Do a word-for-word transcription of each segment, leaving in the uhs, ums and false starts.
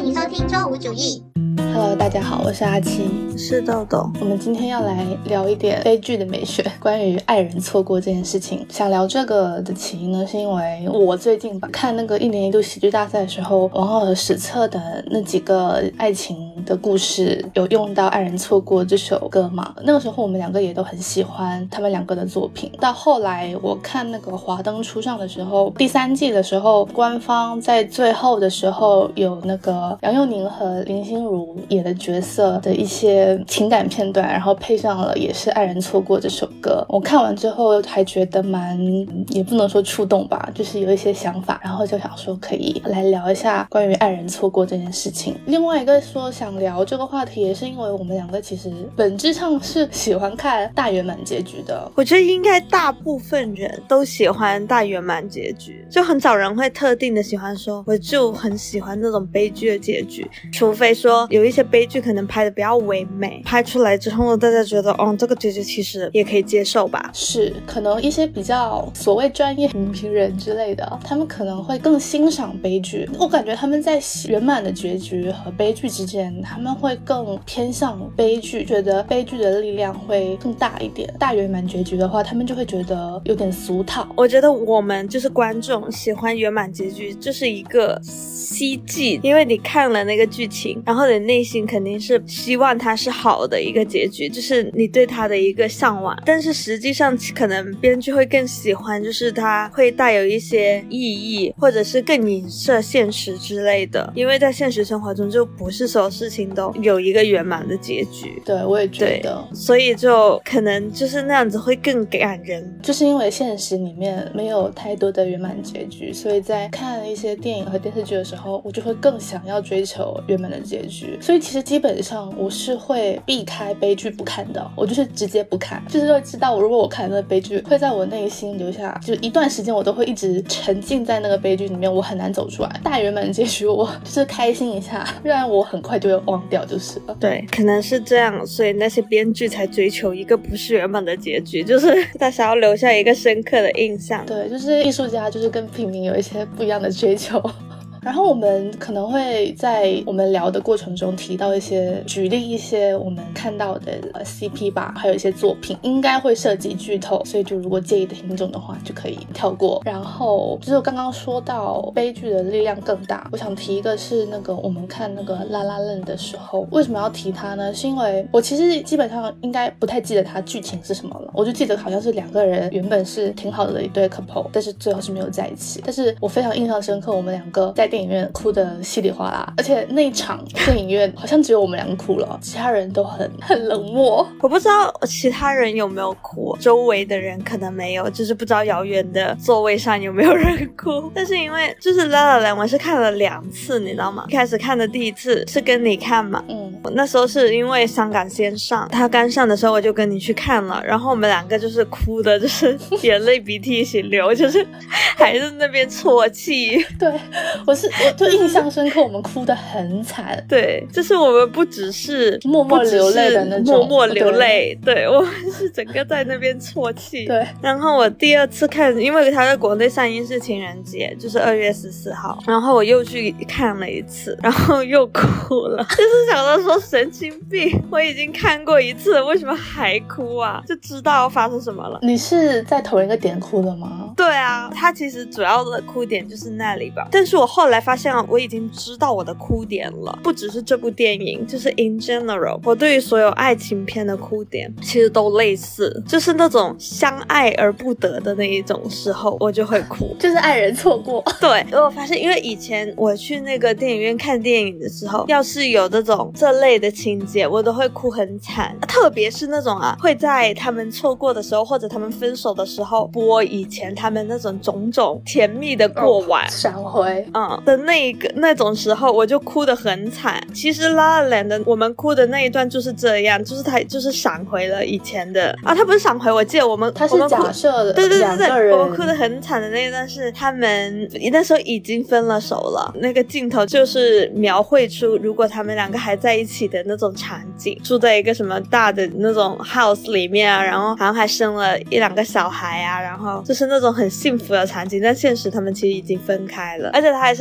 欢迎收听周五主义。 Hello， 大家好，我是阿七， 是豆豆。 我们今天要来聊一点悲剧的美学，关于爱人错过这件事情。想聊这个的起因呢，是因为我最近吧看那个一年一度喜剧大赛的时候，王浩和史册的那几个爱情的故事有用到《爱人错过》这首歌嘛。那个时候我们两个也都很喜欢他们两个的作品。到后来我看那个华灯初上的时候，第三季的时候，官方在最后的时候有那个杨佑宁和林心如演的角色的一些情感片段，然后配上了也是《爱人错过》这首歌。我看完之后还觉得蛮，也不能说触动吧，就是有一些想法，然后就想说可以来聊一下关于爱人错过这件事情。另外一个说想聊这个话题，也是因为我们两个其实本质上是喜欢看大圆满结局的。 我觉得应该大部分人都喜欢大圆满结局，就很少人会特定的喜欢说我就很喜欢那种悲剧的结局，除非说有一些悲剧可能拍的比较唯美，拍出来之后大家觉得哦这个结局其实也可以接受吧。 是，可能一些比较所谓专业影评人之类的，他们可能会更欣赏悲剧。我感觉他们在圆满的结局和悲剧之间，他们会更偏向悲剧，觉得悲剧的力量会更大一点。大圆满结局的话，他们就会觉得有点俗套。 我觉得我们就是观众喜欢圆满结局，就是一个希冀，因为你看了那个剧情，然后你内心肯定是希望它是好的一个结局，就是你对它的一个向往。但是实际上可能编剧会更喜欢就是它会带有一些意义，或者是更影射现实之类的，因为在现实生活中就不是所有事情都有一个圆满的结局。 对，我也觉得， 所以就可能就是那样子会更感人， 就是因为现实里面没有太多的圆满结局，所以在看一些电影和电视剧的时候，我就会更想要追求圆满的结局。所以其实基本上我是会避开悲剧不看的，我就是直接不看，就是会知道如果我看那个悲剧会在我内心留下就一段时间，我都会一直沉浸在那个悲剧里面，我很难走出来。大圆满结局我就是开心一下，不然我很快就会忘掉就是了。 对，可能是这样，所以那些编剧才追求一个不是圆满的结局，就是他想要留下一个深刻的印象。 对，就是艺术家就是跟平民有一些不一样的追求。然后我们可能会在我们聊的过程中提到一些举例一些我们看到的 C P 吧，还有一些作品应该会涉及剧透，所以就如果介意的听众的话就可以跳过。然后就是我刚刚说到悲剧的力量更大，我想提一个是那个我们看那个La La Land的时候，为什么要提它呢？是因为我其实基本上应该不太记得它剧情是什么了，我就记得好像是两个人原本是挺好的一对 couple， 但是最后是没有在一起。但是我非常印象深刻，我们两个在电影院哭得稀里哗啦，而且那一场电影院好像只有我们两个哭了，其他人都很很冷漠。 我不知道其他人有没有哭，周围的人可能没有，就是不知道遥远的座位上有没有人哭。但是因为就是 La La Land 我是看了两次，你知道吗？一开始看的第一次是跟你看嘛，嗯，那时候是因为香港先上，他刚上的时候我就跟你去看了，然后我们两个就是哭的就是眼泪鼻涕一起流，就是还是那边啜泣。 对，我是我就印象深刻，我们哭得很惨。 对，就是我们不只是默默流泪的那种， 默默流泪， 对, 对我们是整个在那边啜泣。 对， 然后我第二次看，因为他在国内上映是情人节，就是二月十四号，然后我又去看了一次，然后又哭了，就是想到说神经病，我已经看过一次了，为什么还哭啊？就知道发生什么了。 你是在同一个点哭的吗？ 对啊，他其实主要的哭点就是那里吧，但是我后来发现我已经知道我的哭点了，不只是这部电影，就是 in general 我对于所有爱情片的哭点其实都类似，就是那种相爱而不得的那一种时候我就会哭， 就是爱人错过。 对，我发现因为以前我去那个电影院看电影的时候，要是有这种这类的情节我都会哭很惨，特别是那种啊会在他们错过的时候或者他们分手的时候播以前他们那种种种甜蜜的过往、 哦、闪回嗯的那个那种时候我就哭得很惨。其实 La La Land 的我们哭的那一段就是这样，就是他就是闪回了以前的啊，他不是闪回，我记得我们他是假设的， 对对对对， 我们哭得很惨的那一段是他们那时候已经分了手了，那个镜头就是描绘出如果他们两个还在一起的那种场景，住在一个什么大的那种 house 里面啊，然后好像还生了一两个小孩啊，然后就是那种很幸福的场景，但现实他们其实已经分开了，而且他还是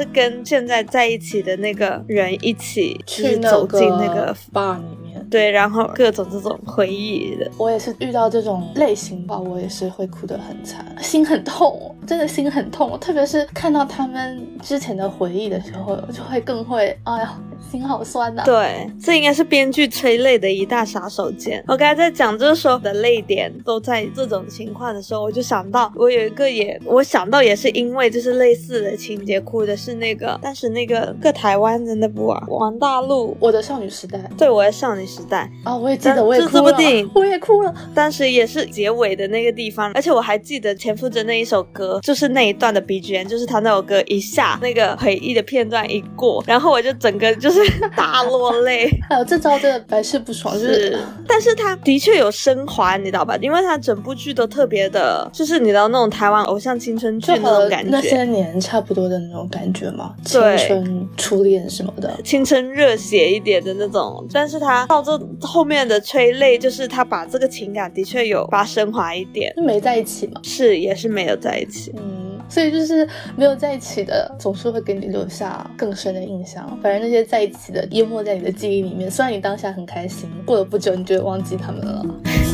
是跟现在在一起的那个人一起去走进那个 bar 里面， 对，然后各种这种回忆的。 我也是遇到这种类型吧，我也是会哭得很惨，心很痛，真的心很痛，特别是看到他们之前的回忆的时候，就会更会，哎呀，心好酸啊。 对，这应该是编剧催泪的一大杀手锏。我刚才在讲这时候的泪点都在这种情况的时候，我就想到我有一个也我想到也是因为就是类似的情节哭的是那个但是那个个台湾的那部啊，王大陆我的少女时代。 对，我的少女时代啊、哦，我也记得，我也哭了， 这部电影我也哭了。 当时也是结尾的那个地方，而且我还记得田馥甄那一首歌，就是那一段的 B G M， 就是他那首歌一下那个回忆的片段一过，然后我就整个就是大落泪。 还有这招真的百试不爽，就是， 但是他的确有升华，你知道吧？因为他整部剧都特别的，就是你知道那种台湾偶像青春剧那种感觉， 那些年差不多的那种感觉嘛，青春初恋什么的， 青春热血一点的那种。但是他到这后面的催泪，就是他把这个情感的确有把它升华一点， 没在一起嘛， 是也是没有在一起， 嗯，所以就是没有在一起的，总是会给你留下更深的印象。反正那些在一起的淹没在你的记忆里面，虽然你当下很开心，过了不久你就会忘记他们了。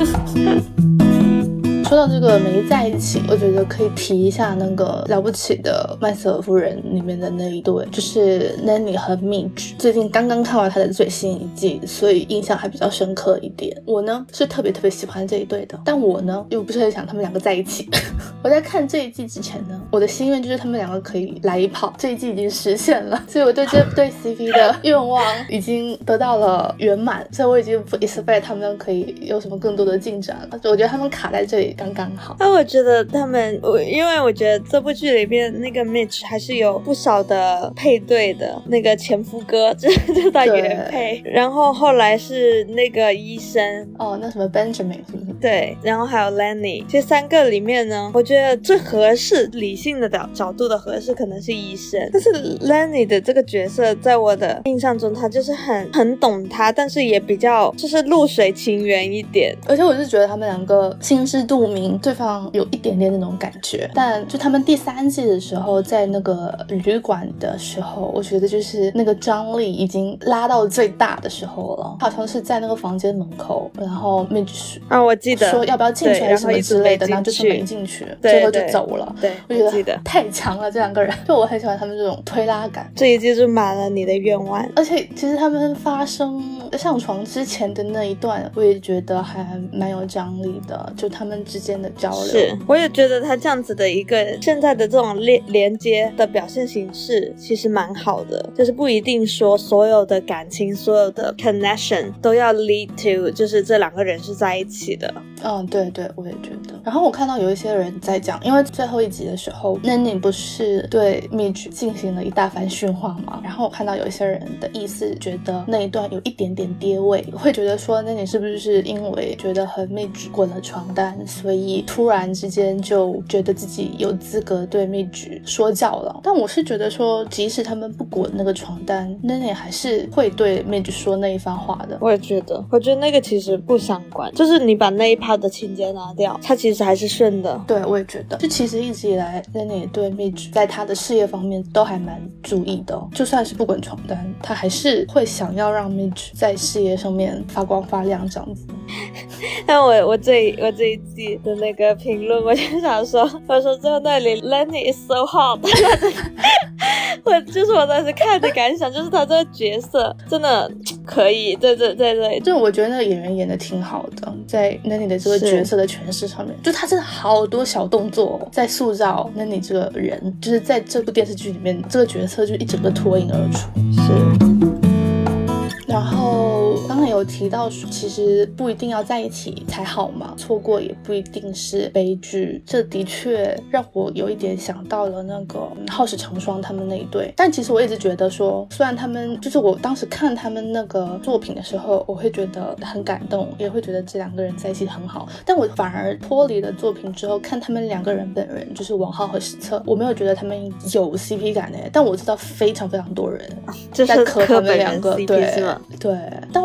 说到这个没在一起，我觉得可以提一下那个了不起的麦瑟尔夫人里面的那一对，就是 Nanny 和 Midge。最近刚刚看完他的最新一季，所以印象还比较深刻一点。我呢是特别特别喜欢这一对的，但我呢又不是很想他们两个在一起。我在看这一季之前呢，我的心愿就是他们两个可以来一炮，这一季已经实现了，所以我对这对 C P 的愿望已经得到了圆满，所以我已经不 expect 他们可以有什么更多的进展了。我觉得他们卡在这里刚刚好。 那我觉得他们，我因为我觉得这部剧里边那个 Midge 还是有不少的配对的，那个前夫哥就是他原配，然后后来是那个医生哦，那什么 Benjamin 是不是？ 对，然后还有 Lenny， 这三个里面呢，我觉得最合适理性的角角度的合适可能是医生，但是 Lenny 的这个角色在我的印象中，他就是很很懂他，但是也比较就是露水情缘一点， 而且我是觉得他们两个心知肚明对方有一点点那种感觉，但就他们第三季的时候在那个旅馆的时候，我觉得就是那个张力已经拉到最大的时候了，好像是在那个房间门口，然后 Midge 啊，我记得说要不要进去还是什么之类的，然后就是没进去，最后就走了。 对， 我觉得太强了这两个人，就我很喜欢他们这种推拉感。 这一季就满了你的愿望， 而且其实他们发生上床之前的那一段，我也觉得还蛮有张力的，就他们之间的交流。 是，我也觉得他这样子的一个现在的这种连连接的表现形式其实蛮好的，就是不一定说所有的感情所有的 connection 都要 lead to 就是这两个人是在一起的。 嗯，对对，我也觉得。然后我看到有一些人在讲，因为最后一集的时候 Nanny 不是对 Midge 进行了一大番训话嘛，然后我看到有一些人的意思觉得那一段有一点点跌位，会觉得说 Nanny 是不是因为觉得和 Midge 滚了床单，所以突然之间就觉得自己有资格对 Midge 说教了。但我是觉得说即使他们不滚那个床单， Nanny 还是会对 Midge 说那一番话的。 我也觉得，我觉得那个其实不相关，就是你把那一趴的情节拿掉，它其实还是顺的。 对，我也觉得就其实一直以来 Nanny 对 Midge 在他的事业方面都还蛮注意的，就算是不滚床单，他还是会想要让 Midge 在事业上面发光发亮这样子。 但我我这我这一季的那个评论，我就想说，我说最后那里 Lenny is so hot 我就是我当时看的感想，就是他这个角色真的可以，对对对对， 就我觉得那个演员演的挺好的，在 Nanny 的这个角色的诠释上面，就他真的好多小动作在塑造 Nanny 这个人，就是在这部电视剧里面，这个角色就一整个脱颖而出。 是。 然后刚才有提到说其实不一定要在一起才好嘛，错过也不一定是悲剧，这的确让我有一点想到了那个浩史成双他们那一对。但其实我一直觉得说，虽然他们就是我当时看他们那个作品的时候，我会觉得很感动，也会觉得这两个人在一起很好，但我反而脱离了作品之后，看他们两个人本人，就是王浩和史策，我没有觉得他们有 C P 感的，但我知道非常非常多人在磕他们两个，对是吗？对，但我我就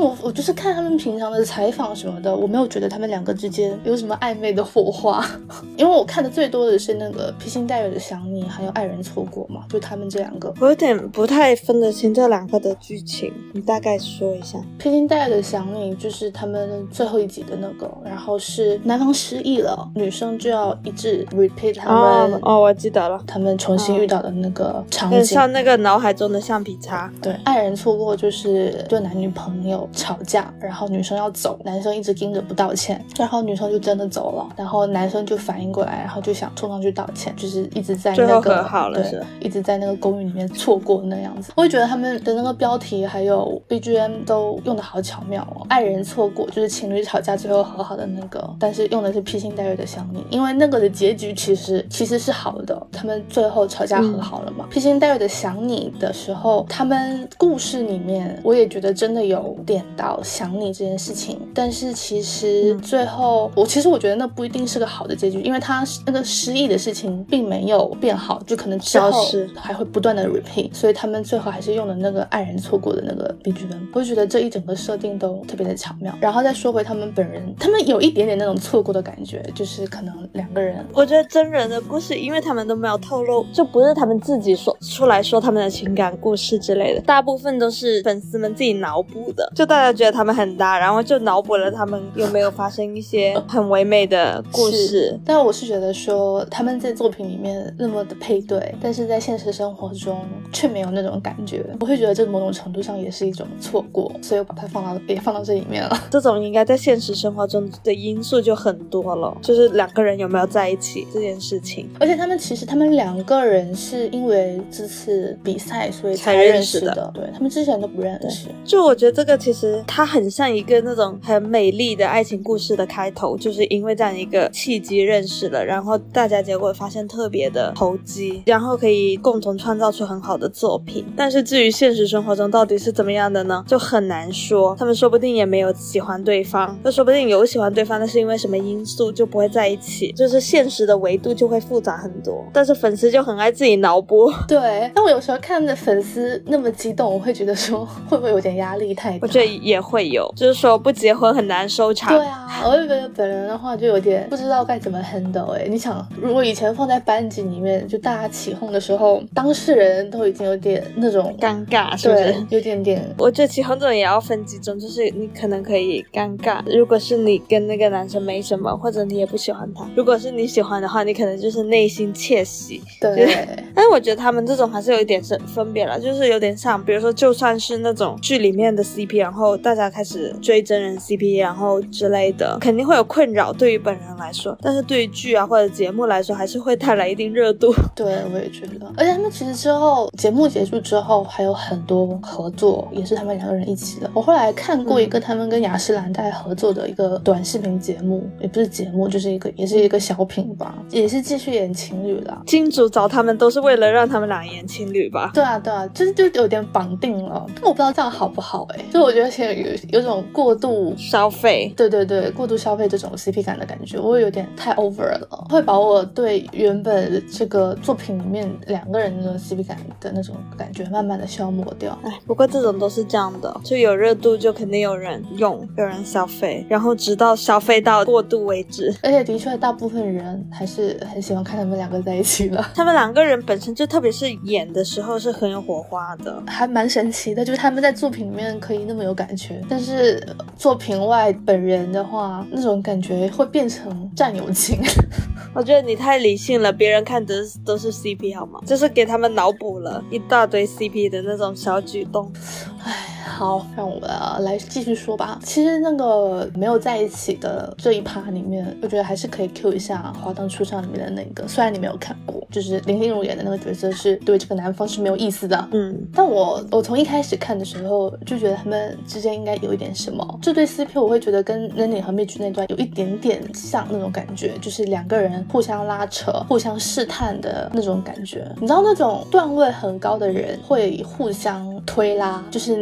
就是看他们平常的采访什么的，我没有觉得他们两个之间有什么暧昧的火花。因为我看的最多的是那个披星戴月的想你还有爱人错过嘛，就他们这两个。 我有点不太分得清这两个的剧情，你大概说一下。 披星戴月的想你就是他们最后一集的那个，然后是男方失忆了，女生就要一直 repeat 他们哦, 哦我记得了， 他们重新遇到的那个场景， 很像那个脑海中的橡皮擦。 对，爱人错过就是对男女朋友吵架，然后女生要走，男生一直盯着不道歉，然后女生就真的走了，然后男生就反应过来，然后就想冲上去道歉，就是一直在那个最后和好了，是一直在那个公寓里面错过那样子。我会觉得他们的那个标题还有 B G M 都用的好巧妙哦，爱人错过就是情侣吵架最后和好的那个，但是用的是披星戴月的想你，因为那个的结局其实其实是好的，他们最后吵架和好了嘛。嗯、披星戴月的想你的时候，他们故事里面我也觉得真的有点到想你这件事情，但是其实最后、嗯、我其实我觉得那不一定是个好的结局，因为他那个失忆的事情并没有变好，就可能之后还会不断的 repeat， 所以他们最后还是用了那个爱人错过的那个 B G M。 我就觉得这一整个设定都特别的巧妙。然后再说回他们本人，他们有一点点那种错过的感觉，就是可能两个人， 我觉得真人的故事因为他们都没有透露，就不是他们自己说出来说他们的情感故事之类的，大部分都是粉丝们自己脑补的，就大家觉得他们很搭，然后就脑补了他们有没有发生一些很唯美的故事。 但我是觉得说他们在作品里面那么的配对，但是在现实生活中却没有那种感觉，我会觉得这某种程度上也是一种错过，所以我把它放到也放到这里面了。 这种应该在现实生活中的因素就很多了，就是两个人有没有在一起这件事情。 而且他们其实他们两个人是因为这次比赛所以才认识的， 才认识的， 对，他们之前都不认识。 就我觉得这个其实它很像一个那种很美丽的爱情故事的开头，就是因为这样一个契机认识了，然后大家结果发现特别的投机，然后可以共同创造出很好的作品。但是至于现实生活中到底是怎么样的呢，就很难说，他们说不定也没有喜欢对方，就说不定有喜欢对方，但是因为什么因素就不会在一起，就是现实的维度就会复杂很多，但是粉丝就很爱自己脑补。 对，但我有时候看着粉丝那么激动，我会觉得说会不会有点压力太大。 我觉得也会有，就是说不结婚很难收场。 对啊，我就觉得本人的话就有点不知道该怎么 handle。 哎，你想如果以前放在班级里面，就大家起哄的时候，当事人都已经有点那种尴尬，是不是？ 对，有点点。 我觉得起哄这种也要分几种，就是你可能可以尴尬，如果是你跟那个男生没什么，或者你也不喜欢他，如果是你喜欢的话，你可能就是内心窃喜。 对， 但是我觉得他们这种还是有一点分别了，就是有点像比如说就算是那种剧里面的 C P， 然后大家开始追真人 C P 然后之类的，肯定会有困扰对于本人来说，但是对于剧啊或者节目来说还是会带来一定热度。 对，我也觉得。而且他们其实之后节目结束之后还有很多合作，也是他们两个人一起的。我后来看过一个他们跟雅诗兰黛合作的一个短视频节目，也不是节目，就是一个也是一个小品吧，也是继续演情侣啦。 金主找他们都是为了让他们俩演情侣吧？ 对啊对啊，就是就有点绑定了，但我不知道这样好不好哎、欸，就我觉得现在有有种过度消费， 对对对，过度消费这种 C P 感的感觉，我有点太 over 了，会把我对原本这个作品里面两个人的 C P 感的那种感觉慢慢的消磨掉。 哎，不过这种都是这样的，就有热度就肯定有人用，有人消费，然后直到消费到过度为止。 而且的确大部分人还是很喜欢看他们两个在一起了， 他们两个人本身就特别是演的时候是很有火花的， 还蛮神奇的，就是他们在作品里面可以那么有感觉，但是作品外本人的话那种感觉会变成战友情。 我觉得你太理性了，别人看的都是 C P 好吗？就是给他们脑补了一大堆 C P 的那种小举动。 唉，好，让我们来继续说吧。其实那个没有在一起的这一趴里面，我觉得还是可以 cue 一下《华灯初上》里面的那个，虽然你没有看过，就是林心如演的那个角色是对这个男方是没有意思的，嗯，但我我从一开始看的时候就觉得他们之间应该有一点什么，这对 C P 我会觉得跟 Nanny 和 Mitch 那段有一点点像那种感觉，就是两个人互相拉扯、互相试探的那种感觉。你知道那种段位很高的人会互相推拉，就是你一句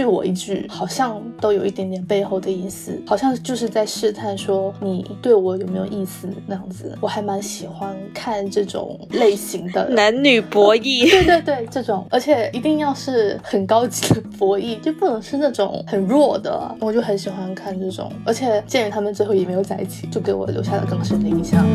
我一句好像都有一点点背后的意思，好像就是在试探说你对我有没有意思那样子。我还蛮喜欢看这种类型的男女博弈对对对，这种而且一定要是很高级的博弈，就不能是那种很弱的，我就很喜欢看这种。而且鉴于他们最后也没有在一起，就给我留下了更深的印象。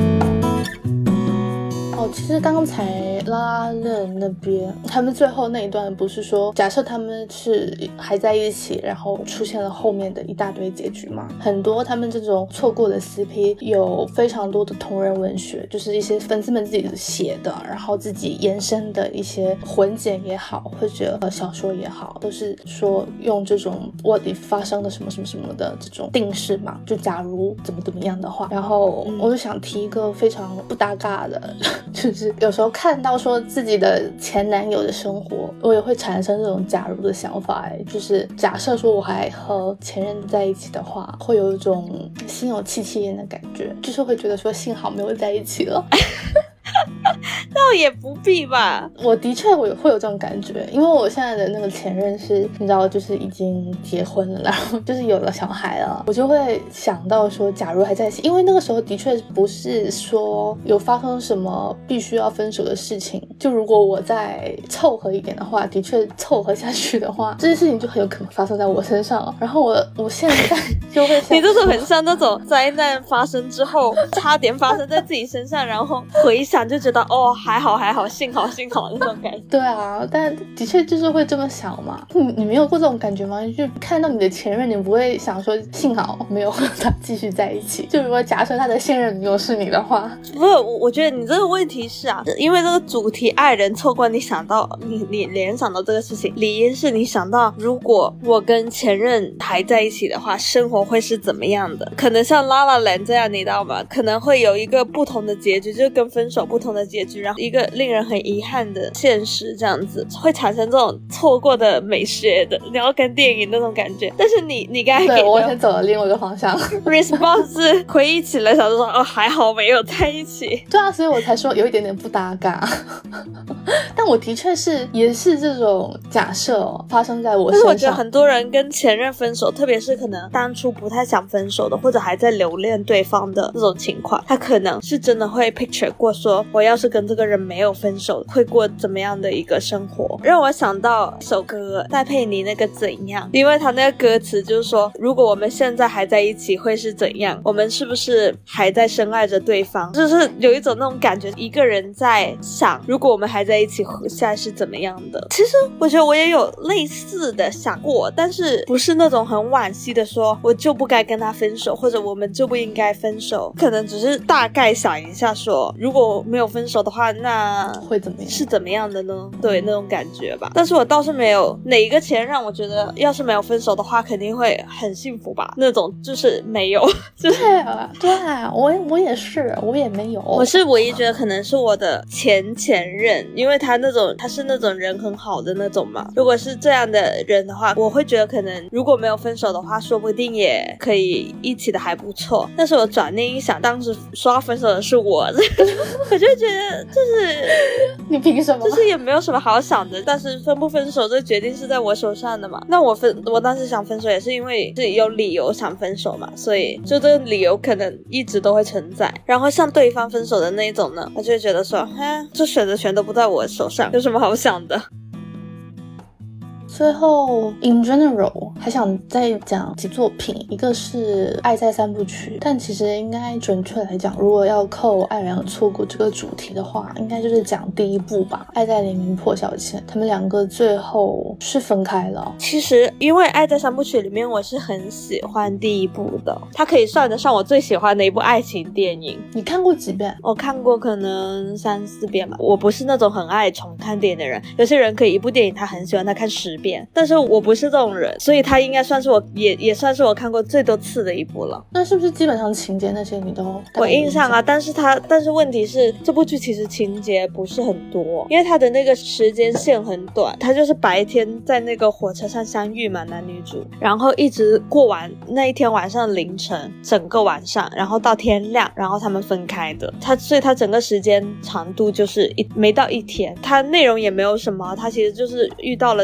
哦，其实刚才拉任那边他们最后那一段不是说假设他们是还在一起，然后出现了后面的一大堆结局嘛？很多他们这种错过的 C P 有非常多的同人文学，就是一些粉丝们自己写的，然后自己延伸的一些混剪也好，或者呃小说也好，都是说用这种 what if 发生的什么什么什么的这种定式嘛，就假如怎么怎么样的话。然后我就想提一个非常不搭嘎的就是有时候看到说自己的前男友的生活，我也会产生这种假如的想法。哎，就是假设说我还和前任在一起的话，会有一种心有戚戚焉的感觉，就是会觉得说幸好没有在一起了倒也不必吧。 我的确我会有这种感觉，因为我现在的那个前任是你知道就是已经结婚了，然后就是有了小孩了，我就会想到说假如还在一起，因为那个时候的确不是说有发生什么必须要分手的事情，就如果我再凑合一点的话，的确凑合下去的话，这些事情就很有可能发生在我身上。然后我我现在就会想你这种很像那种灾难发生之后差点发生在自己身上，然后回想就觉得哦还好还好幸好幸好那种感觉。 对啊，但的确就是会这么想嘛。你你没有过这种感觉吗？就看到你的前任，你不会想说幸好没有和他继续在一起，就如果假设他的现任女友是你的话。 不是，我我觉得你这个问题是啊，因为这个主题爱人错过，你想到你你联想到这个事情，理应是你想到如果我跟前任还在一起的话，生活会是怎么样的。可能像La La Land这样，你知道吗？可能会有一个不同的结局，就是跟分手不同的结局，然后一个令人很遗憾的现实，这样子会产生这种错过的美学的，然后跟电影那种感觉。但是你你刚才给的对，我先走了另外一个方向 response 是回忆起来想说哦还好没有在一起。 对啊，所以我才说有一点点不搭嘎但我的确是也是这种假设、哦、发生在我身上。 但是我觉得很多人跟前任分手，特别是可能当初不太想分手的，或者还在留恋对方的这种情况，他可能是真的会 picture 过说我要是跟这个人没有分手会过怎么样的一个生活。让我想到一首歌戴佩妮那个怎样，因为他那个歌词就是说如果我们现在还在一起会是怎样，我们是不是还在深爱着对方，就是有一种那种感觉，一个人在想如果我们还在一起现在是怎么样的。其实我觉得我也有类似的想过，但是不是那种很惋惜的说我就不该跟他分手，或者我们就不应该分手，可能只是大概想一下说如果没有分手的话那会怎么样， 是怎么样的呢？对，那种感觉吧。但是我倒是没有哪一个前让我觉得要是没有分手的话肯定会很幸福吧，那种就是没有就是对啊对啊，我我也是我也没有。 我是唯一觉得可能是我的前前任，因为他那种他是那种人很好的那种嘛。如果是这样的人的话，我会觉得可能如果没有分手的话说不定也可以一起的还不错。但是我转念一想，当时说要分手的是我我就觉得就是你凭什么， 就是也没有什么好想的，但是分不分手这决定是在我手上的嘛。那我分我当时想分手也是因为是有理由想分手嘛，所以就这个理由可能一直都会存在。然后像对方分手的那一种呢，我就会觉得说哈，这选择权都不在我手上，有什么好想的。 最后 in general 还想再讲几作品，一个是爱在三部曲，但其实应该准确来讲，如果要扣爱人错过这个主题的话，应该就是讲第一部吧，爱在黎明破晓前，他们两个最后是分开了。 其实因为爱在三部曲里面我是很喜欢第一部的，它可以算得上我最喜欢的一部爱情电影。 你看过几遍？ 我看过可能三四遍吧。我不是那种很爱重看电影的人，有些人可以一部电影他很喜欢他看十遍，但是我不是这种人，所以他应该算是我也也算是我看过最多次的一部了。 那是不是基本上情节那些你都我印象啊？但是他但是问题是这部剧其实情节不是很多，因为他的那个时间线很短，他就是白天在那个火车上相遇嘛，男女主，然后一直过完那一天晚上凌晨整个晚上，然后到天亮，然后他们分开的。他所以他整个时间长度就是一没到一天，他内容也没有什么，他其实就是遇到了之后女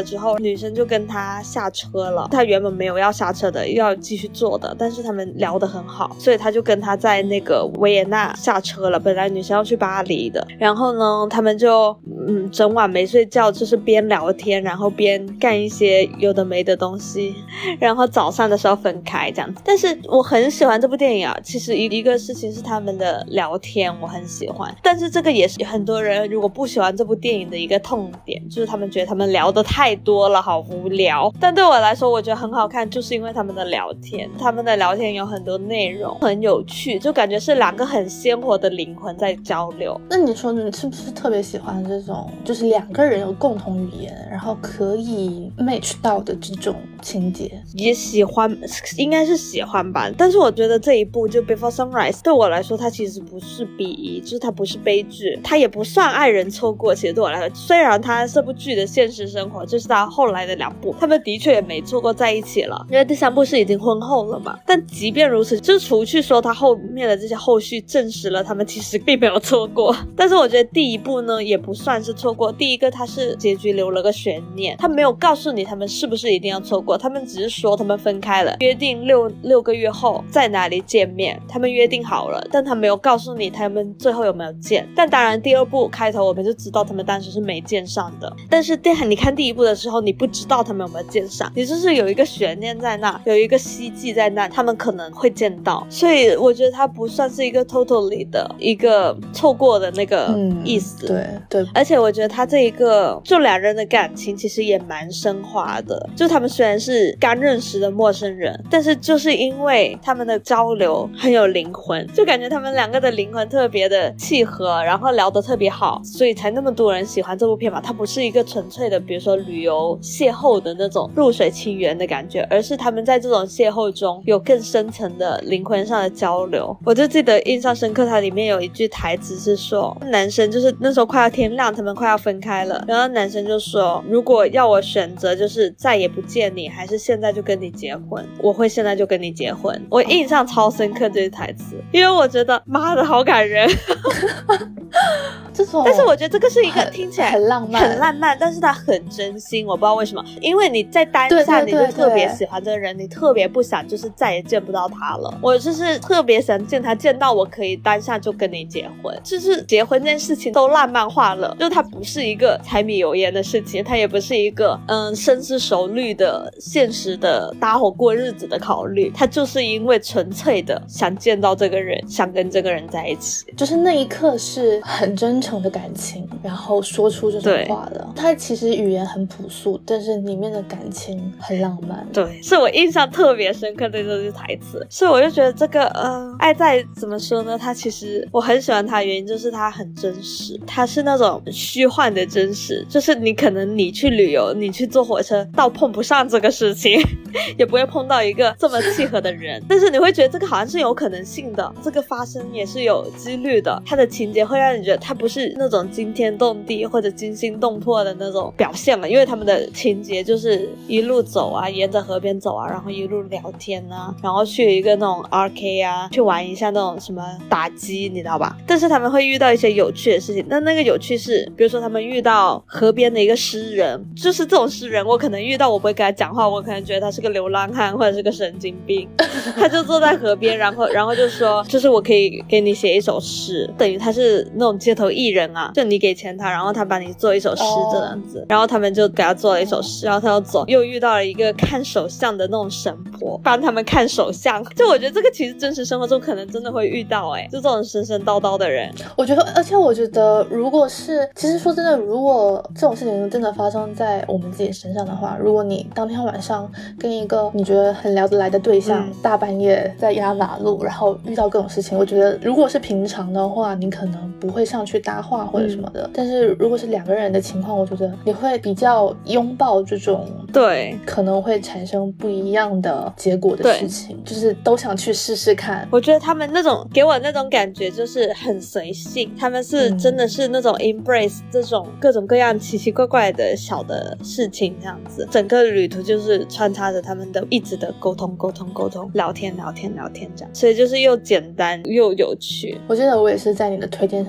女生就跟他下车了，他原本没有要下车的，要继续坐的，但是他们聊得很好，所以他就跟他在那个维也纳下车了，本来女生要去巴黎的，然后呢他们就嗯整晚没睡觉，就是边聊天然后边干一些有的没的东西，然后早上的时候分开这样子。但是我很喜欢这部电影啊，其实一个事情是他们的聊天我很喜欢，但是这个也是很多人如果不喜欢这部电影的一个痛点，就是他们觉得他们聊得太多了，好无聊。但对我来说我觉得很好看，就是因为他们的聊天，他们的聊天有很多内容很有趣，就感觉是两个很鲜活的灵魂在交流。 那你说你是不是特别喜欢这种就是两个人有共同语言然后可以 match 到的这种情节？ 也喜欢，应该是喜欢吧，但是我觉得这一部就 Before Sunrise 对我来说它其实不是 B 一，就是它不是悲剧，它也不算爱人错过。其实对我来说，虽然它这部剧的现实生活就是它后来的两部他们的确也没错过在一起了，因为第三部是已经婚后了嘛，但即便如此，就是除去说它后面的这些后续证实了他们其实并没有错过，但是我觉得第一部呢也不算是错过。第一个它是结局留了个悬念，他没有告诉你他们是不是一定要错过，他们只是说他们分开了，约定六六个月后在哪里见面，他们约定好了，但他没有告诉你他们最后有没有见。但当然第二部开头我们就知道他们当时是没见上的，但是你看第一部的时候你不知道他们有没有见上，你就是有一个悬念在那，有一个希冀在那，他们可能会见到，所以我觉得它不算是一个 totally 的一个错过的那个意思、 嗯、对对。 而且我觉得他这一个就两人的感情其实也蛮升华的，就他们虽然是刚认识的陌生人，但是就是因为他们的交流很有灵魂，就感觉他们两个的灵魂特别的契合，然后聊得特别好，所以才那么多人喜欢这部片嘛。它不是一个纯粹的比如说旅游邂逅的那种露水情缘的感觉，而是他们在这种邂逅中有更深层的灵魂上的交流。我就记得印象深刻，它里面有一句台词是说，男生就是那时候快要天亮，他们快要分开了，然后男生就说，如果要我选择就是再也不见你还是现在就跟你结婚，我会现在就跟你结婚。我印象超深刻这句台词，因为我觉得妈的好感人这种但是我觉得这个是一个听起来很浪漫很浪漫，但是它很真心，我不知道为什么，因为你在当下你就特别喜欢这个人，你特别不想就是再也见不到他了，我就是特别想见他，见到我可以当下就跟你结婚，就是结婚这件事情都浪漫化了，就它不是一个柴米油盐的事情，它也不是一个嗯深思熟虑的现实的搭伙过日子的考虑，它就是因为纯粹的想见到这个人，想跟这个人在一起， 就是那一刻是很真诚的感情然后说出这种话的。它其实语言很朴素，但是里面的感情很浪漫。 对，是我印象特别深刻的这句台词，所以我就觉得这个呃，爱在怎么说呢，它其实我很喜欢它的原因就是它很真实，它是那种虚幻的真实，就是你可能你去旅游，你去坐火车倒碰不上这个事情也不会碰到一个这么契合的人但是你会觉得这个好像是有可能性的，这个发生也是有几率的，它的情节会让你觉得它不是那种惊天动地或者惊心动魄的那种表现了，因为他们的情节就是一路走啊，沿着河边走啊，然后一路聊天啊，然后去一个那种 R K 啊，去玩一下那种什么打击你知道吧，但是他们会遇到一些有趣的事情，那那个有趣是比如说他们遇到河边的一个诗人，就是这种诗人我可能遇到我不会跟他讲话，我可能觉得他是个流浪汉或者是个神经病他就坐在河边，然后然后就说就是我可以给你写一首诗，等于他是那种街头艺人啊，就你给钱他，然后他帮你做一首诗这样子、oh. 然后他们就给他做了一首诗，然后他又走，又遇到了一个看手相的那种神婆帮他们看手相，就我觉得这个其实真实生活中可能真的会遇到哎、欸，就这种神神叨叨的人， 我觉得而且我觉得如果是其实说真的，如果这种事情真的发生在我们自己身上的话，如果你当天晚上跟一个你觉得很聊得来的对象、嗯、大半夜在压马路，然后遇到各种事情，我觉得如果是平常的话你可能不会上去搭话或者什么的、嗯、但是如果是两个人的情况，我觉得你会比较拥抱这种对可能会产生不一样的结果的事情，就是都想去试试看。 我觉得他们那种给我那种感觉就是很随性，他们是真的是那种 embrace 这种各种各样奇奇怪怪的小的事情这样子，整个旅途就是穿插着他们的一直的沟通沟通沟通聊天聊天聊天这样，所以就是又简单又有趣。 我记得我也是在你的推荐上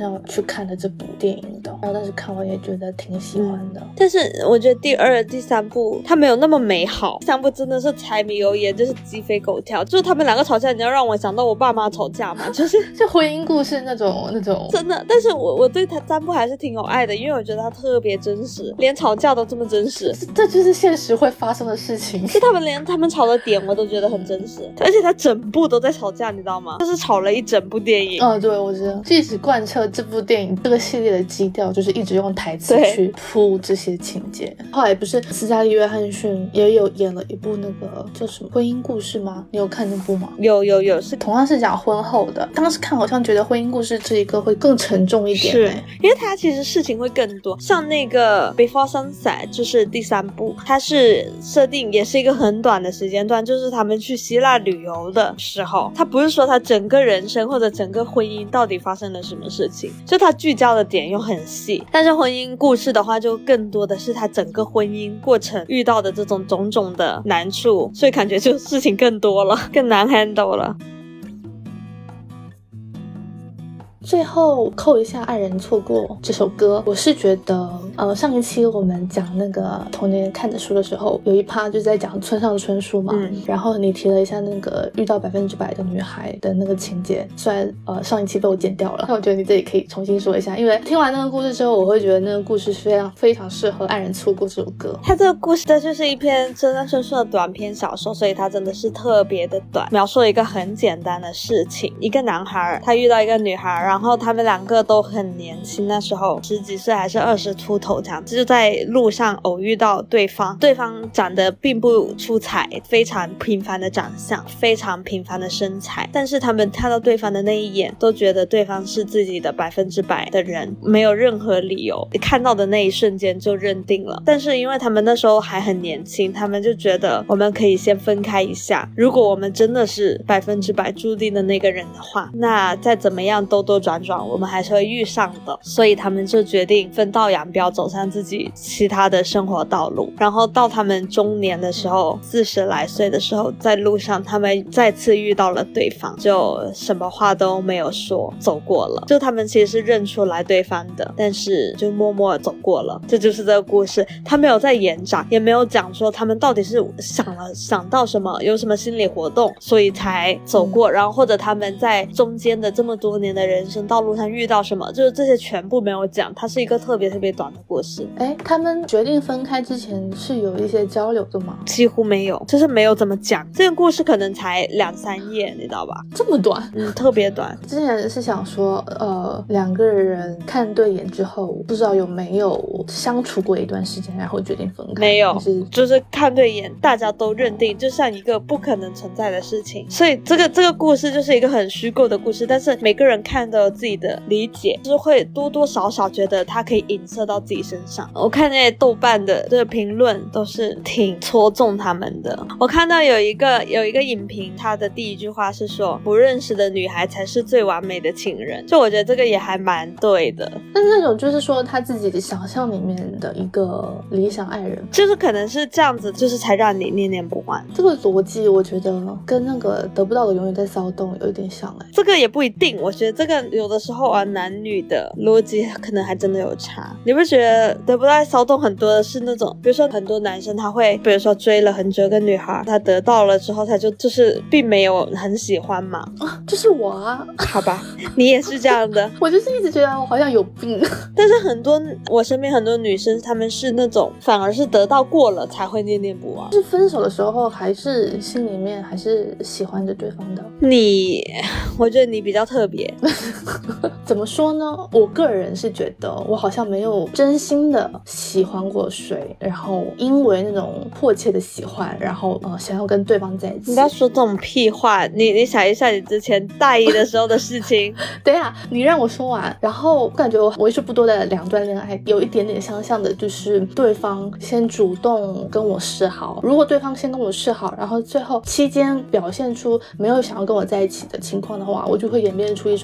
要去看的这部电影的，然后但是看完也觉得挺喜欢的、嗯、 但是我觉得第二第三部它没有那么美好，第三部真的是柴米油盐就是鸡飞狗跳，就是他们两个吵架你要让我想到我爸妈吵架嘛，就是就婚姻故事那种那种真的。但是我我对他三部还是挺有爱的，因为我觉得他特别真实，连吵架都这么真实， 这就是现实会发生的事情， 是他们连他们吵的点我都觉得很真实，而且他整部都在吵架，你知道吗？就是吵了一整部电影。 嗯，对，我知道，一直贯彻这部电影这个系列的基调，就是一直用台词去铺这些情节。后来不是斯嘉丽·约翰逊也有演了一部那个叫什么婚姻故事吗？你有看那部吗？ 有有有，是同样是讲婚后的。当时看好像觉得婚姻故事这一个会更沉重一点、欸， 是因为它其实事情会更多。像那个 Before Sunset 就是第三部，它是设定也是一个很短的时间段，就是他们去希腊旅游的时候，它不是说他整个人生或者整个婚姻到底发生了什么事情，就它聚焦的点又很细。但是婚姻故事的话就更多的是他整个婚姻过程遇到的这种种种的难处，所以感觉就事情更多了，更难 handle 了。 最后扣一下《爱人错过》这首歌，我是觉得呃，上一期我们讲那个童年看的书的时候，有一趴就在讲村上春树嘛、嗯、然后你提了一下那个遇到百分之百的女孩的那个情节，虽然呃上一期被我剪掉了，但我觉得你这里可以重新说一下，因为听完那个故事之后，我会觉得那个故事非常非常适合《爱人错过》这首歌。它这个故事它就是一篇村上春树的短篇小说，所以它真的是特别的短，描述了一个很简单的事情，一个男孩他遇到一个女孩，然后他们两个都很年轻，那时候十几岁还是二十出头这样，就在路上偶遇到对方，对方长得并不出彩，非常平凡的长相，非常平凡的身材，但是他们看到对方的那一眼都觉得对方是自己的百分之百的人，没有任何理由，看到的那一瞬间就认定了。但是因为他们那时候还很年轻，他们就觉得我们可以先分开一下，如果我们真的是百分之百注定的那个人的话，那再怎么样兜兜转转我们还是会遇上的，所以他们就决定分道扬镳，走上自己其他的生活道路。然后到他们中年的时候，四十来岁的时候，在路上他们再次遇到了对方，就什么话都没有说，走过了。就他们其实是认出来对方的，但是就默默走过了。这就是这个故事，他没有在延展，也没有讲说他们到底是想了想到什么，有什么心理活动，所以才走过，然后或者他们在中间的这么多年的人生道路上遇到什么，就是这些全部没有讲，它是一个特别特别短的故事。 诶，他们决定分开之前是有一些交流的吗？ 几乎没有，就是没有怎么讲，这个故事可能才两三页，你知道吧？ 这么短？ 嗯，特别短。 之前是想说呃，两个人看对眼之后，不知道有没有相处过一段时间然后决定分开。 没有，就是看对眼大家都认定，就像一个不可能存在的事情，所以这个这个故事就是一个很虚构的故事，但是每个人看都有自己的理解，就是会多多少少觉得它可以影射到自己身上。我看那些豆瓣的这个评论都是挺戳中他们的。我看到有一个有一个影评，他的第一句话是说不认识的女孩才是最完美的情人，就我觉得这个也还蛮对的。 但是那种就是说他自己的想象里面的一个理想爱人， 就是可能是这样子，就是才让你念念不忘。 这个逻辑我觉得跟那个得不到的永远在骚动有一点像哎。 这个也不一定，我觉得这个有的时候啊，男女的逻辑可能还真的有差。你不觉得得不到骚动很多的是那种，比如说很多男生他会比如说追了很久一个女孩，他得到了之后他就就是并没有很喜欢嘛。 啊，就是我啊。 好吧，你也是这样的。 我就是一直觉得我好像有病。 但是很多我身边很多女生她们是那种反而是得到过了才会念念不忘， 是分手的时候还是心里面还是喜欢着对方的。 你我觉得你比较特别。 怎么说呢，我个人是觉得我好像没有真心的喜欢过谁，然后因为那种迫切的喜欢然后呃想要跟对方在一起。 你不要说这种屁话，你你想一下你之前大一的时候的事情。 等一下你让我说完。然后我感觉我为数不多的两段恋爱有一点点相像的，就是对方先主动跟我示好，如果对方先跟我示好，然后最后期间表现出没有想要跟我在一起的情况的话，我就会演变出一种不甘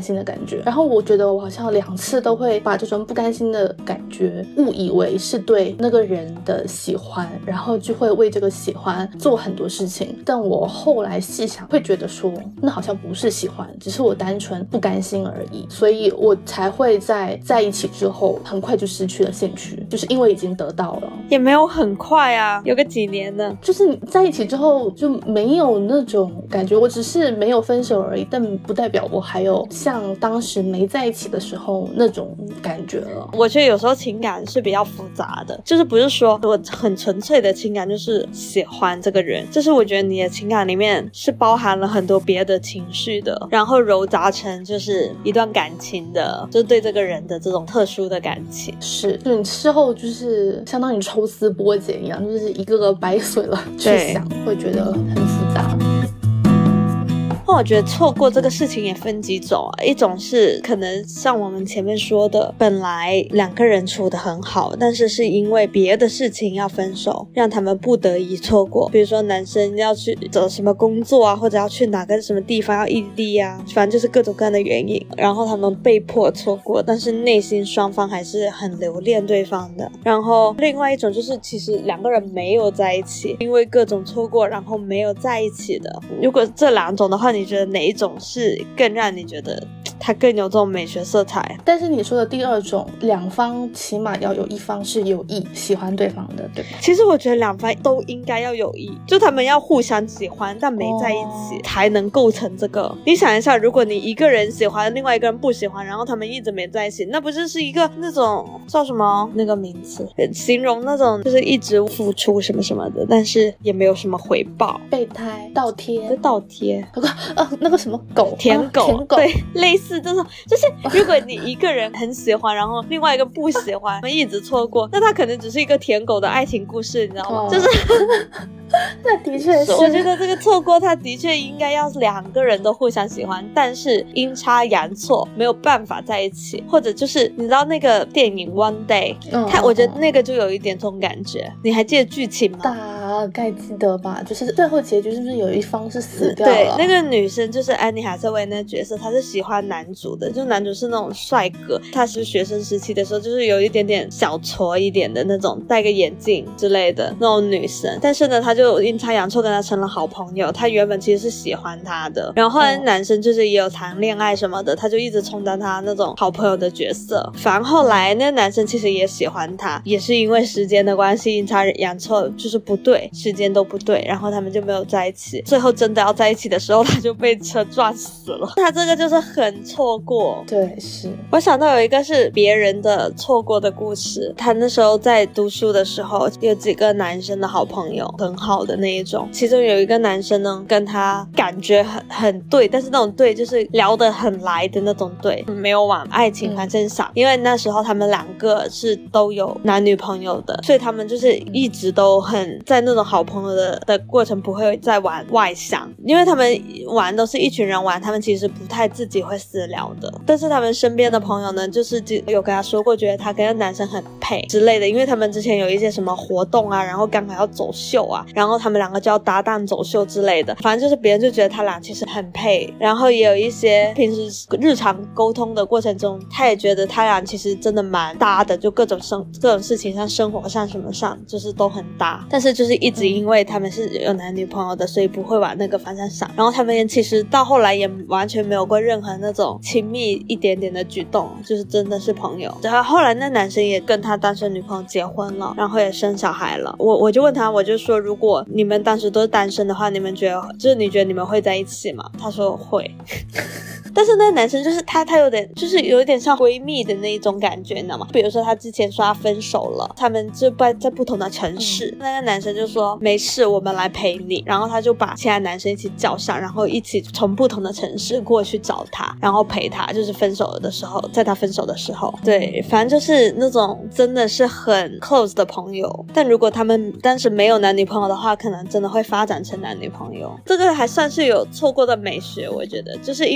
心的感觉。然后我觉得我好像两次都会把这种不甘心的感觉误以为是对那个人的喜欢，然后就会为这个喜欢做很多事情。但我后来细想会觉得说那好像不是喜欢，只是我单纯不甘心而已，所以我才会在在一起之后很快就失去了兴趣，就是因为已经得到了。 也没有很快啊，有个几年呢。 就是你在一起之后就没有那种感觉，我只是没有分手而已，但不代表我还有像当时没在一起的时候那种感觉了。 我觉得有时候情感是比较复杂的，就是不是说我很纯粹的情感就是喜欢这个人，就是我觉得你的情感里面是包含了很多别的情绪的，然后糅杂成就是一段感情的，就是对这个人的这种特殊的感情。 是，就你事后就是相当于抽丝剥茧一样，就是一个个掰碎了去想，会觉得很复杂。 那我觉得错过这个事情也分几种啊，一种是可能像我们前面说的，本来两个人处得很好，但是是因为别的事情要分手，让他们不得已错过。比如说男生要去找什么工作啊，或者要去哪个什么地方要异地啊，反正就是各种各样的原因，然后他们被迫错过，但是内心双方还是很留恋对方的。然后另外一种就是其实两个人没有在一起，因为各种错过然后没有在一起的。如果这两种的话，你觉得哪一种是更让你觉得它更有这种美学色彩？ 但是你说的第二种，两方起码要有一方是有意喜欢对方的，对吧？ 其实我觉得两方都应该要有意，就他们要互相喜欢但没在一起、哦、才能构成这个。你想一下，如果你一个人喜欢另外一个人不喜欢，然后他们一直没在一起，那不就是一个那种叫什么那个名词形容那种就是一直付出什么什么的，但是也没有什么回报， 备胎倒贴倒贴呃，那个什么狗舔狗、 啊、舔狗对，类似这种，就是如果你一个人很喜欢，然后另外一个不喜欢，一直错过，那他可能只是一个舔狗的爱情故事，你知道吗？哦、就是那的确是， 我觉得这个错过，他的确应该要两个人都互相喜欢，但是阴差阳错没有办法在一起，或者就是你知道那个电影 One Day，、嗯、他我觉得那个就有一点这种感觉，你还记得剧情吗？ 大概记得吧，就是最后结局是不是有一方是死掉了？ 对，那个女生就是安妮海瑟薇那个角色，她是喜欢男主的，就男主是那种帅哥，他是学生时期的时候就是有一点点小矬一点的那种，戴个眼镜之类的那种女生，但是呢他就阴差阳错跟他成了好朋友，他原本其实是喜欢他的，然后后来男生就是也有谈恋爱什么的，他就一直充当他那种好朋友的角色。反正后来那个男生其实也喜欢他，也是因为时间的关系，阴差阳错就是不对，时间都不对，然后他们就没有在一起，最后真的要在一起的时候他就被车撞死了。他这个就是很错过。 对，是我想到有一个是别人的错过的故事，他那时候在读书的时候有几个男生的好朋友，很好的那一种，其中有一个男生呢跟他感觉很很对，但是那种对就是聊得很来的那种对，没有往爱情方向想、嗯、因为那时候他们两个是都有男女朋友的，所以他们就是一直都很在那种好朋友的的过程不会再往外想，因为他们玩都是一群人玩，他们其实不太自己会私聊的，但是他们身边的朋友呢就是有跟他说过觉得他跟那男生很配之类的，因为他们之前有一些什么活动啊，然后刚好要走秀啊，然后他们两个就要搭档走秀之类的，反正就是别人就觉得他俩其实很配，然后也有一些平时日常沟通的过程中他也觉得他俩其实真的蛮搭的，就各种生各种事情上生活上什么上就是都很搭，但是就是一直因为他们是有男女朋友的，所以不会往那个方向想，然后他们其实到后来也完全没有过任何那种亲密一点点的举动，就是真的是朋友。然后后来那男生也跟他单身女朋友结婚了，然后也生小孩了。我我就问他，我就说如果你们当时都是单身的话，你们觉得就是你觉得你们会在一起吗？他说会。但是那个男生就是他他有点就是有一点像闺蜜的那一种感觉，你知道吗？比如说他之前说他分手了，他们就在在不同的城市、嗯、那个男生就说没事我们来陪你，然后他就把其他男生一起叫上，然后一起从不同的城市过去找他，然后陪他，就是分手的时候，在他分手的时候，对，反正就是那种真的是很 close 的朋友。但如果他们当时没有男女朋友的话，可能真的会发展成男女朋友。这个还算是有错过的美学，我觉得就是因为他们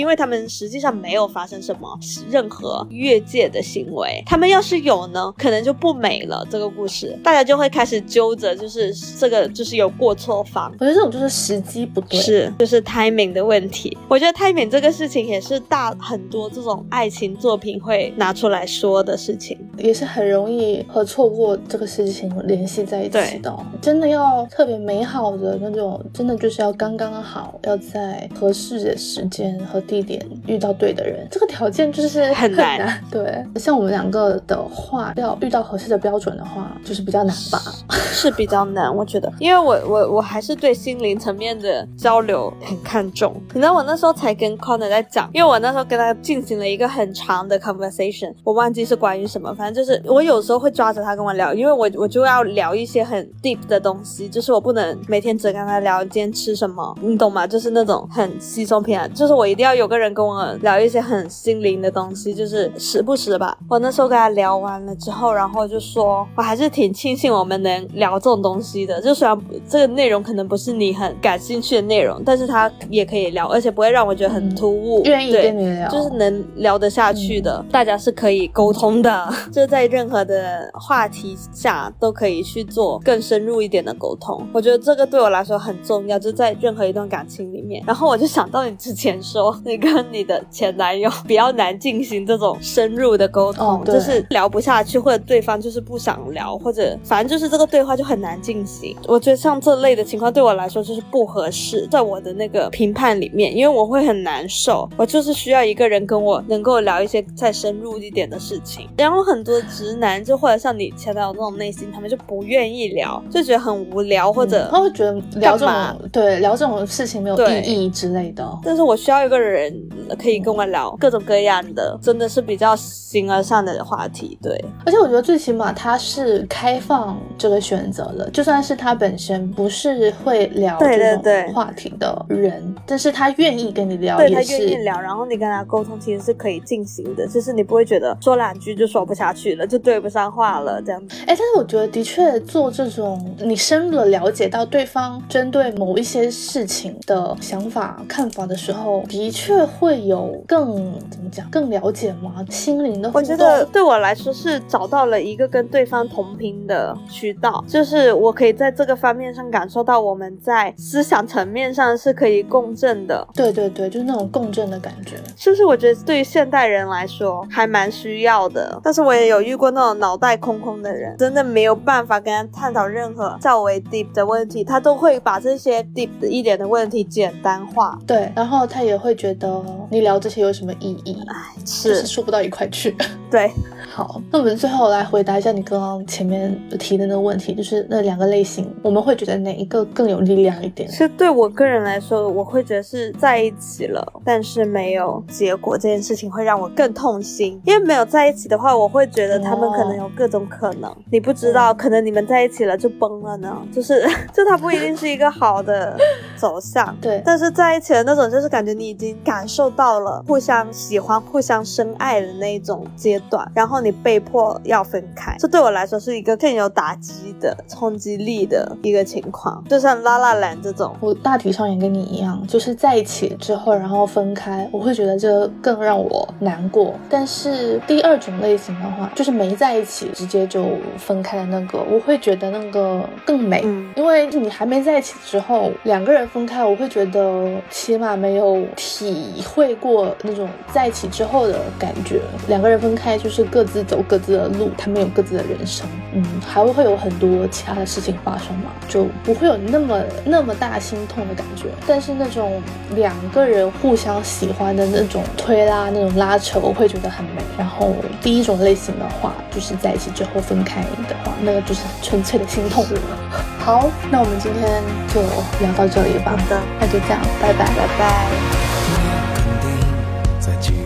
实际上没有发生什么任何越界的行为，他们要是有呢，可能就不美了，这个故事大家就会开始揪着，就是这个就是有过错方。 我觉得这种就是时机不对， 是就是 timing 的问题。我觉得 timing 这个事情也是大很多这种爱情作品会拿出来说的事情， 也是很容易和错过这个事情联系在一起的。真的要特别美好的那种，真的就是要刚刚好，要在合适的时间和地点遇到对的人，这个条件就是很难。很难对，像我们两个的话，要遇到合适的标准的话，就是比较难吧。 是比较难，我觉得，因为我我我还是对心灵层面的交流很看重。你知道我那时候才跟 Connor 在讲，因为我那时候跟他进行了一个很长的 conversation， 我忘记是关于什么，反正就是我有时候会抓着他跟我聊，因为我我就要聊一些很 deep 的东西，就是我不能每天只跟他聊今天吃什么，你懂吗？就是那种很稀松平常，就是我一定要有个人跟我聊一些很心灵的东西，就是时不时吧。我那时候跟他聊完了之后，然后就说我还是挺庆幸我们能聊这种东西的，就虽然这个内容可能不是你很感兴趣的内容，但是他也可以聊，而且不会让我觉得很突兀， 愿、嗯、意跟你聊， 就是能聊得下去的、嗯、大家是可以沟通的，就在任何的话题下都可以去做更深入一点的沟通。我觉得这个对我来说很重要，就在任何一段感情里面。然后我就想到你之前说你跟你的前男友比较难进行这种深入的沟通、哦、就是聊不下去，或者对方就是不想聊，或者反正就是这个对话就很难进行。我觉得像这类的情况对我来说就是不合适，在我的那个评判里面，因为我会很难受，我就是需要一个人跟我能够聊一些再深入一点的事情。然后很多直男就或者像你前男友那种类型，他们就不愿意聊，就觉得很无聊，或者、 嗯、他会觉得聊这种对聊这种事情没有意义之类的。 但是我需要一个人可以跟我聊各种各样的真的是比较形而上的话题。对， 而且我觉得最起码他是开放这个选择的，就算是他本身不是会聊这种话题的人，对对对，但是他愿意跟你聊， 对， 也是他愿意聊，然后你跟他沟通其实是可以进行的，就是你不会觉得说两句就说不下去了，就对不上话了这样子。 哎，但是我觉得的确做这种你深入的了解到对方针对某一些事情的想法看法的时候，的确会有更怎么讲更了解吗？心灵的互动。 我觉得对我来说是找到了一个跟对方同频的渠道，就是我可以在这个方面上感受到我们在思想层面上是可以共振的。 对对对，就是那种共振的感觉， 是不是？我觉得对于现代人来说还蛮需要的。但是我也有遇过那种脑袋空空的人，真的没有办法跟他探讨任何较为 deep 的问题，他都会把这些 deep 一点的问题简单化。 对，然后他也会觉得你聊这些有什么意义？ 哎， 是就是说不到一块去。 对， 好，那我们最后来回答一下你刚刚前面提的那个问题，就是那两个类型，我们会觉得哪一个更有力量一点？ 其实对我个人来说，我会觉得是在一起了，但是没有结果这件事情会让我更痛心。因为没有在一起的话，我会觉得他们可能有各种可能，哦、你不知道，可能你们在一起了就崩了呢，就是就它不一定是一个好的走向。 对， 但是在一起的那种，就是感觉你已经感受到了互相喜欢、互相深爱的那一种阶段，然后你被迫要分开，这对我来说是一个更有打击的、冲击力的一个情况。就像拉拉兰这种， 我大体上也跟你一样，就是在一起之后然后分开，我会觉得这更让我难过。但是第二种类型的话，就是没在一起直接就分开的那个，我会觉得那个更美、嗯、因为你还没在一起之后两个人分开，我会觉得起码没有体会过那种在一起之后的感觉。两个人分开就是各自走各自的路，他们有各自的人生，嗯，还会有很多其他的事情发生嘛，就不会有那么那么大心痛的感觉。但是那种两个人互相喜欢的那种推拉、那种拉扯，我会觉得很美。然后第一种类型的话，就是在一起之后分开的话，那个就是纯粹的心痛。好，那我们今天就聊到这里吧。 好的， 那就这样，拜拜， 拜拜。